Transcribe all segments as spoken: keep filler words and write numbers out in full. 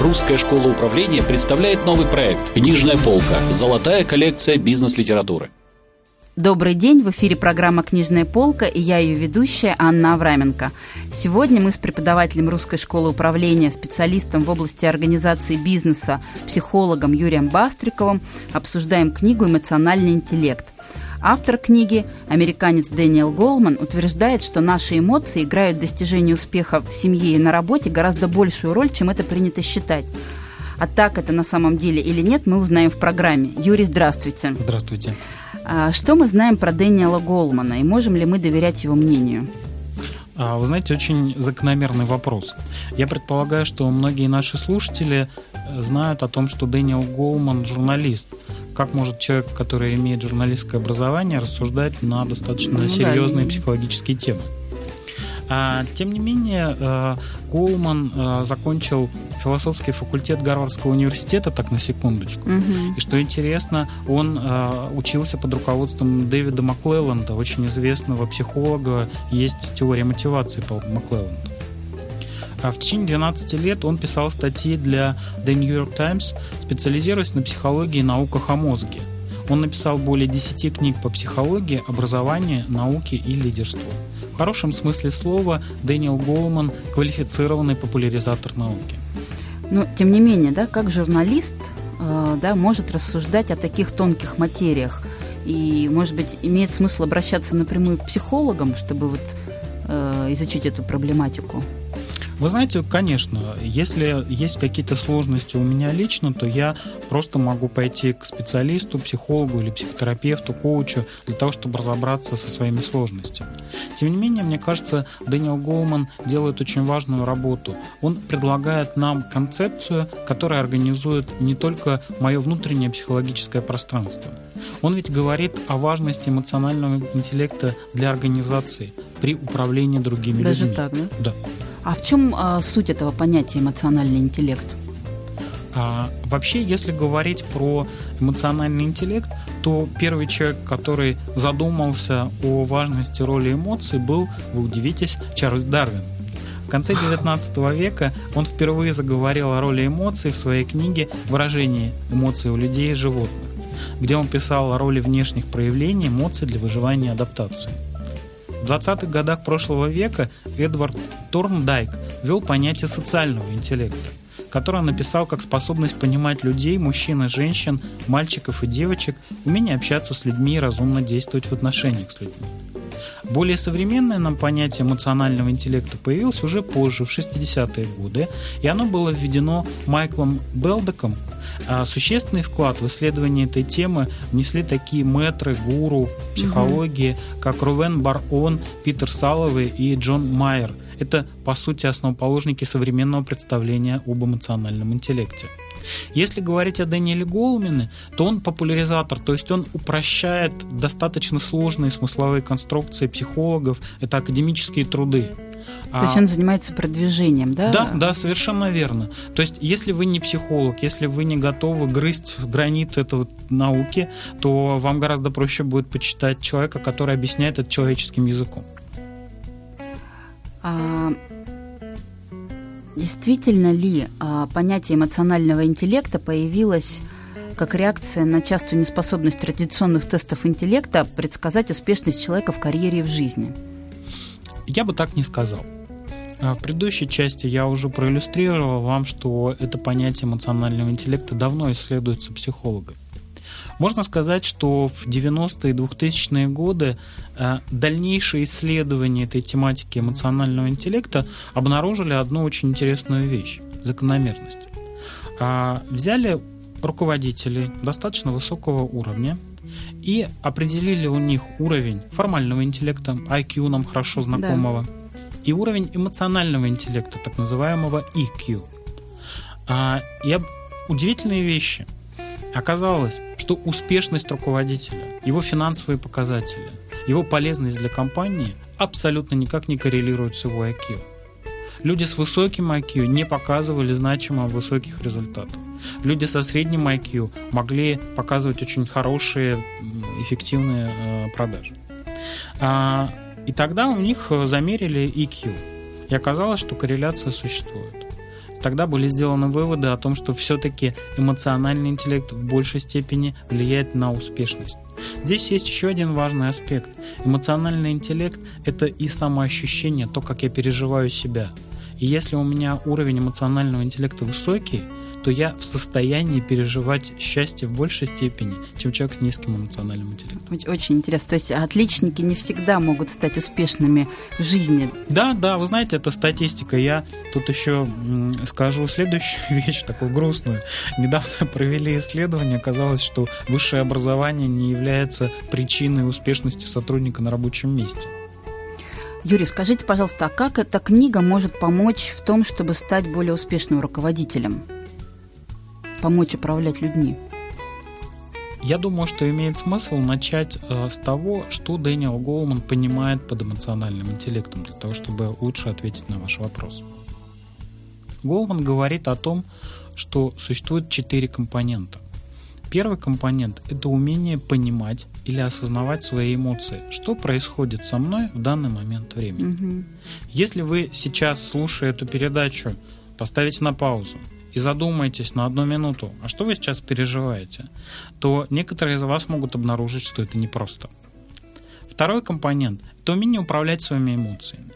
Русская школа управления представляет новый проект «Книжная полка. Золотая коллекция бизнес-литературы». Добрый день, в эфире программа «Книжная полка» и я ее ведущая Анна Авраменко. Сегодня мы с преподавателем Русской школы управления, специалистом в области организации бизнеса, психологом Юрием Бастриковым обсуждаем книгу «Эмоциональный интеллект». Автор книги, американец Дэниел Голман, утверждает, что наши эмоции играют в достижении успеха в семье и на работе гораздо большую роль, чем это принято считать. А так это на самом деле или нет, мы узнаем в программе. Юрий, здравствуйте. Здравствуйте. Что мы знаем про Дэниела Голмана и можем ли мы доверять его мнению? Вы знаете, очень закономерный вопрос. Я предполагаю, что многие наши слушатели знают о том, что Дэниел Голман – журналист. Как может человек, который имеет журналистское образование, рассуждать на достаточно ну, серьезные да, психологические темы? А, тем не менее, Голман закончил философский факультет Гарвардского университета, так на секундочку. Угу. И что интересно, он учился под руководством Дэвида Маклелланда, очень известного психолога. Есть теория мотивации по Маклелланду. А в течение двенадцати лет он писал статьи для The New York Times, специализируясь на психологии и науках о мозге. Он написал более десяти книг по психологии, образованию, науке и лидерству. В хорошем смысле слова Дэниел Голман – квалифицированный популяризатор науки. Но, тем не менее, да, как журналист э, да, может рассуждать о таких тонких материях? И, может быть, имеет смысл обращаться напрямую к психологам, чтобы вот, э, изучить эту проблематику? Вы знаете, конечно, если есть какие-то сложности у меня лично, то я просто могу пойти к специалисту, психологу или психотерапевту, коучу для того, чтобы разобраться со своими сложностями. Тем не менее, мне кажется, Дэниел Голман делает очень важную работу. Он предлагает нам концепцию, которая организует не только мое внутреннее психологическое пространство. Он ведь говорит о важности эмоционального интеллекта для организации при управлении другими Даже людьми. так, да? Да. А в чем а, суть этого понятия эмоциональный интеллект? А, вообще, если говорить про эмоциональный интеллект, то первый человек, который задумался о важности роли эмоций, был, вы удивитесь, Чарльз Дарвин. В конце девятнадцатого века он впервые заговорил о роли эмоций в своей книге «Выражение эмоций у людей и животных», где он писал о роли внешних проявлений эмоций для выживания и адаптации. В двадцатых годах прошлого века Эдвард Торндайк ввел понятие социального интеллекта, которое он написал как способность понимать людей, мужчин и женщин, мальчиков и девочек, умение общаться с людьми и разумно действовать в отношениях с людьми. Более современное нам понятие эмоционального интеллекта появилось уже позже, в шестидесятые годы, и оно было введено Майклом Белдеком. А существенный вклад в исследование этой темы внесли такие мэтры, гуру психологии, mm-hmm. как Рувен Бар-Он, Питер Салловей и Джон Майер. Это, по сути, основоположники современного представления об эмоциональном интеллекте. Если говорить о Дэниеле Голмане, то он популяризатор, то есть он упрощает достаточно сложные смысловые конструкции психологов, это академические труды. То есть он занимается продвижением, да? Да, да, совершенно верно. То есть если вы не психолог, если вы не готовы грызть гранит этой науки, то вам гораздо проще будет почитать человека, который объясняет это человеческим языком. А... Действительно ли а, понятие эмоционального интеллекта появилось как реакция на частую неспособность традиционных тестов интеллекта предсказать успешность человека в карьере и в жизни? Я бы так не сказал. В предыдущей части я уже проиллюстрировал вам, что это понятие эмоционального интеллекта давно исследуется психологами. Можно сказать, что в девяностые и двухтысячные годы дальнейшие исследования этой тематики эмоционального интеллекта обнаружили одну очень интересную вещь – закономерность. Взяли руководителей достаточно высокого уровня и определили у них уровень формального интеллекта, ай кью нам хорошо знакомого, да. и уровень эмоционального интеллекта, так называемого и кью. И удивительные вещи. Оказалось, что успешность руководителя, его финансовые показатели, его полезность для компании абсолютно никак не коррелируют с его ай кью. Люди с высоким ай кью не показывали значимо высоких результатов. Люди со средним ай кью могли показывать очень хорошие, эффективные э, продажи. А, и тогда у них замерили и кью. И оказалось, что корреляция существует. Тогда были сделаны выводы о том, что все-таки эмоциональный интеллект в большей степени влияет на успешность. Здесь есть еще один важный аспект. Эмоциональный интеллект – это и самоощущение, то, как я переживаю себя. И если у меня уровень эмоционального интеллекта высокий, то я в состоянии переживать счастье в большей степени, чем человек с низким эмоциональным интеллектом. Очень интересно. То есть отличники не всегда могут стать успешными в жизни. Да, да, вы знаете, это статистика. Я тут еще скажу следующую вещь, такую грустную. Недавно провели исследование, оказалось, что высшее образование не является причиной успешности сотрудника на рабочем месте. Юрий, скажите, пожалуйста, а как эта книга может помочь в том, чтобы стать более успешным руководителем? Помочь управлять людьми? Я думаю, что имеет смысл начать э, с того, что Дэниел Гоулман понимает под эмоциональным интеллектом, для того, чтобы лучше ответить на ваш вопрос. Гоулман говорит о том, что существует четыре компонента. Первый компонент – это умение понимать или осознавать свои эмоции. Что происходит со мной в данный момент времени? Угу. Если вы сейчас, слушая эту передачу, поставите на паузу и задумаетесь на одну минуту, а что вы сейчас переживаете, то некоторые из вас могут обнаружить, что это непросто. Второй компонент – это умение управлять своими эмоциями.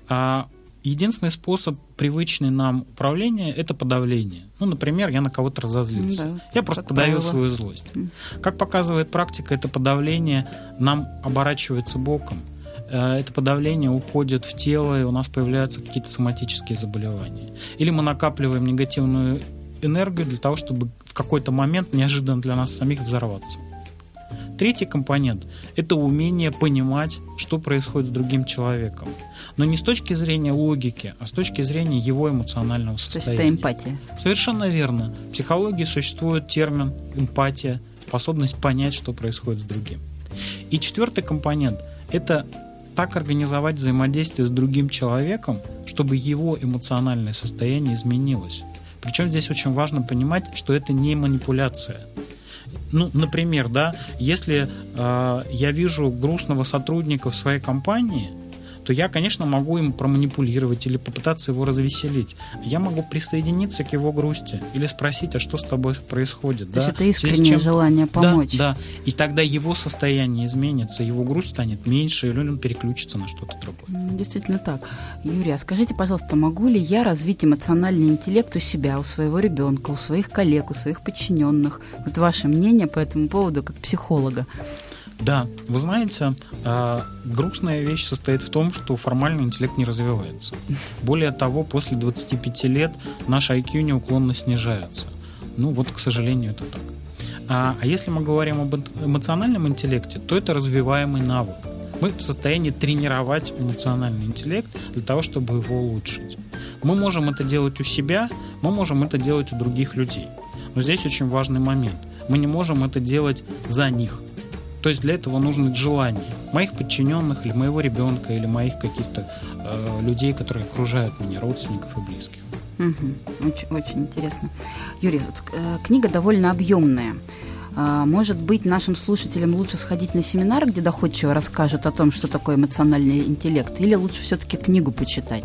А единственный способ, привычный нам управления, это подавление. Ну, например, я на кого-то разозлился. Да, я просто подавил правило. свою злость. Mm. Как показывает практика, это подавление нам оборачивается боком. Это подавление уходит в тело, и у нас появляются какие-то соматические заболевания. Или мы накапливаем негативную энергию для того, чтобы в какой-то момент неожиданно для нас самих взорваться. Третий компонент – это умение понимать, что происходит с другим человеком. Но не с точки зрения логики, а с точки зрения его эмоционального состояния. То есть это эмпатия. Совершенно верно. В психологии существует термин эмпатия, способность понять, что происходит с другим. И четвертый компонент – это так организовать взаимодействие с другим человеком, чтобы его эмоциональное состояние изменилось. Причем здесь очень важно понимать, что это не манипуляция. Ну, например, да, если э, я вижу грустного сотрудника в своей компании, то я, конечно, могу им проманипулировать или попытаться его развеселить. Я могу присоединиться к его грусти или спросить, а что с тобой происходит. То да? есть это искреннее чем... желание помочь. Да, да, и тогда его состояние изменится, его грусть станет меньше, или он переключится на что-то другое. Действительно так. Юрий, а скажите, пожалуйста, могу ли я развить эмоциональный интеллект у себя, у своего ребенка, у своих коллег, у своих подчиненных? Вот ваше мнение по этому поводу как психолога. Да, вы знаете, э, грустная вещь состоит в том, что формальный интеллект не развивается. Более того, после двадцати пяти лет наш ай кью неуклонно снижается. Ну вот, к сожалению, это так. А, а если мы говорим об эмоциональном интеллекте, то это развиваемый навык. Мы в состоянии тренировать эмоциональный интеллект для того, чтобы его улучшить. Мы можем это делать у себя, мы можем это делать у других людей. Но здесь очень важный момент. Мы не можем это делать за них. То есть для этого нужно желание моих подчиненных, или моего ребенка, или моих каких-то э, людей, которые окружают меня, родственников и близких. Угу. Очень, очень интересно. Юрий, вот, э, книга довольно объемная. Э, может быть, нашим слушателям лучше сходить на семинар, где доходчиво расскажут о том, что такое эмоциональный интеллект, или лучше все-таки книгу почитать?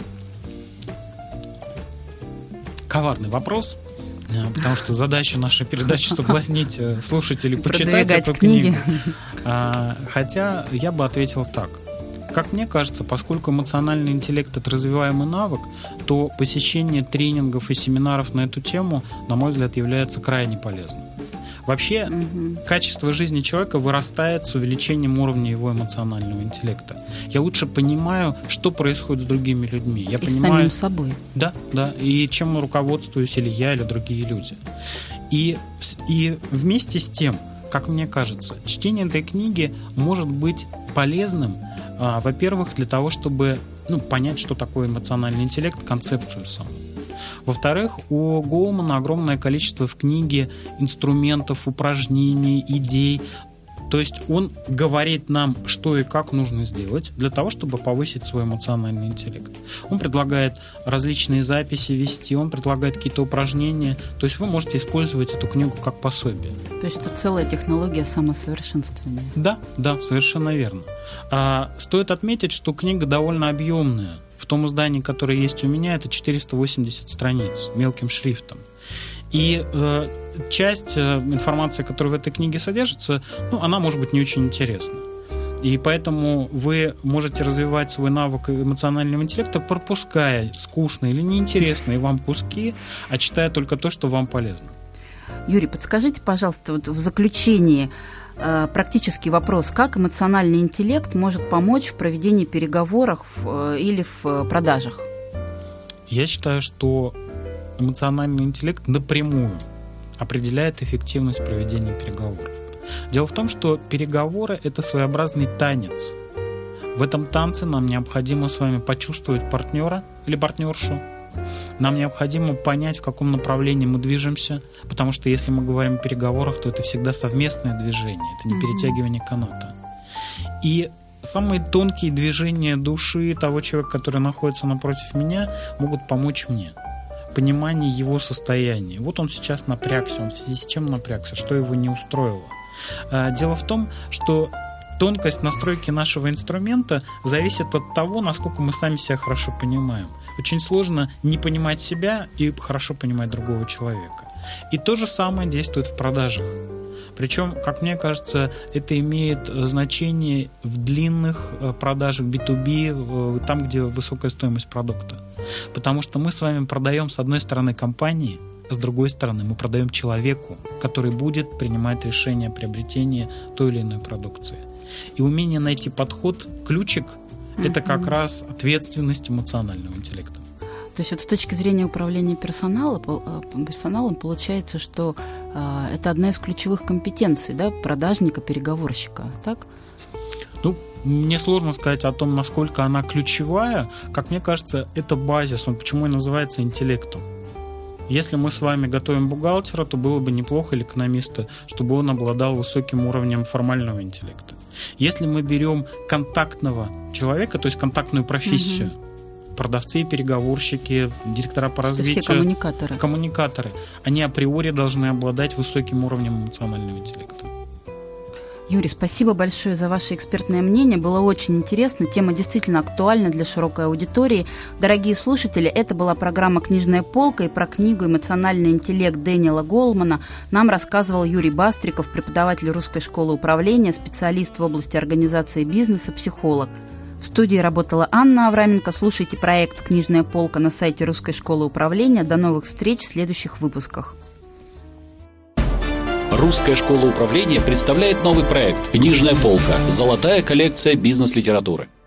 Коварный вопрос. Потому что задача нашей передачи соблазнить слушателей почитать эту книгу. Хотя я бы ответил так. Как мне кажется, поскольку эмоциональный интеллект – это развиваемый навык, то посещение тренингов и семинаров на эту тему, на мой взгляд, является крайне полезным. Вообще, угу. качество жизни человека вырастает с увеличением уровня его эмоционального интеллекта. Я лучше понимаю, что происходит с другими людьми. Я и понимаю, с самим собой. Да, да. И чем руководствуюсь или я, или другие люди. И, и вместе с тем, как мне кажется, чтение этой книги может быть полезным, а, во-первых, для того, чтобы ну, понять, что такое эмоциональный интеллект, концепцию саму. Во-вторых, у Гоулмана огромное количество в книге инструментов, упражнений, идей. То есть он говорит нам, что и как нужно сделать для того, чтобы повысить свой эмоциональный интеллект. Он предлагает различные записи вести, он предлагает какие-то упражнения. То есть вы можете использовать эту книгу как пособие. То есть это целая технология самосовершенствования. Да, да, совершенно верно. А, стоит отметить, что книга довольно объемная. в том издании, которое есть у меня, это четыреста восемьдесят страниц мелким шрифтом. И э, часть э, информации, которая в этой книге содержится, ну, она может быть не очень интересна. И поэтому вы можете развивать свой навык эмоционального интеллекта, пропуская скучные или неинтересные вам куски, а читая только то, что вам полезно. Юрий, подскажите, пожалуйста, вот в заключении э, практический вопрос, как эмоциональный интеллект может помочь в проведении переговоров э, или в э, продажах? Я считаю, что эмоциональный интеллект напрямую определяет эффективность проведения переговоров. Дело в том, что переговоры – это своеобразный танец. В этом танце нам необходимо с вами почувствовать партнера или партнершу. Нам необходимо понять, в каком направлении мы движемся, потому что если мы говорим о переговорах, то это всегда совместное движение, это не перетягивание каната. И самые тонкие движения души того человека, который находится напротив меня, могут помочь мне. Понимание его состояния. Вот он сейчас напрягся, он в связи с чем напрягся, что его не устроило. Дело в том, что тонкость настройки нашего инструмента зависит от того, насколько мы сами себя хорошо понимаем. Очень сложно не понимать себя и хорошо понимать другого человека. И то же самое действует в продажах. Причем, как мне кажется, это имеет значение в длинных продажах би ту би, там, где высокая стоимость продукта. Потому что мы с вами продаем, с одной стороны, компании, а с другой стороны, мы продаем человеку, который будет принимать решение о приобретении той или иной продукции. И умение найти подход, ключик, mm-hmm. это как раз ответственность эмоционального интеллекта. То есть вот с точки зрения управления персонала, персоналом получается, что э, это одна из ключевых компетенций, да, продажника, переговорщика, так? Ну, мне сложно сказать о том, насколько она ключевая. Как мне кажется, это базис, он почему и называется интеллектом. Если мы с вами готовим бухгалтера, то было бы неплохо, или экономиста, чтобы он обладал высоким уровнем формального интеллекта. Если мы берем контактного человека, то есть контактную профессию, угу. продавцы, переговорщики, директора по развитию, все коммуникаторы. коммуникаторы, они априори должны обладать высоким уровнем эмоционального интеллекта. Юрий, спасибо большое за ваше экспертное мнение. Было очень интересно. Тема действительно актуальна для широкой аудитории. Дорогие слушатели, это была программа «Книжная полка», и про книгу «Эмоциональный интеллект» Дэниела Голмана нам рассказывал Юрий Бастриков, преподаватель Русской школы управления, специалист в области организации бизнеса, психолог. В студии работала Анна Авраменко. Слушайте проект «Книжная полка» на сайте Русской школы управления. До новых встреч в следующих выпусках. Русская школа управления представляет новый проект «Книжная полка. Золотая коллекция бизнес-литературы».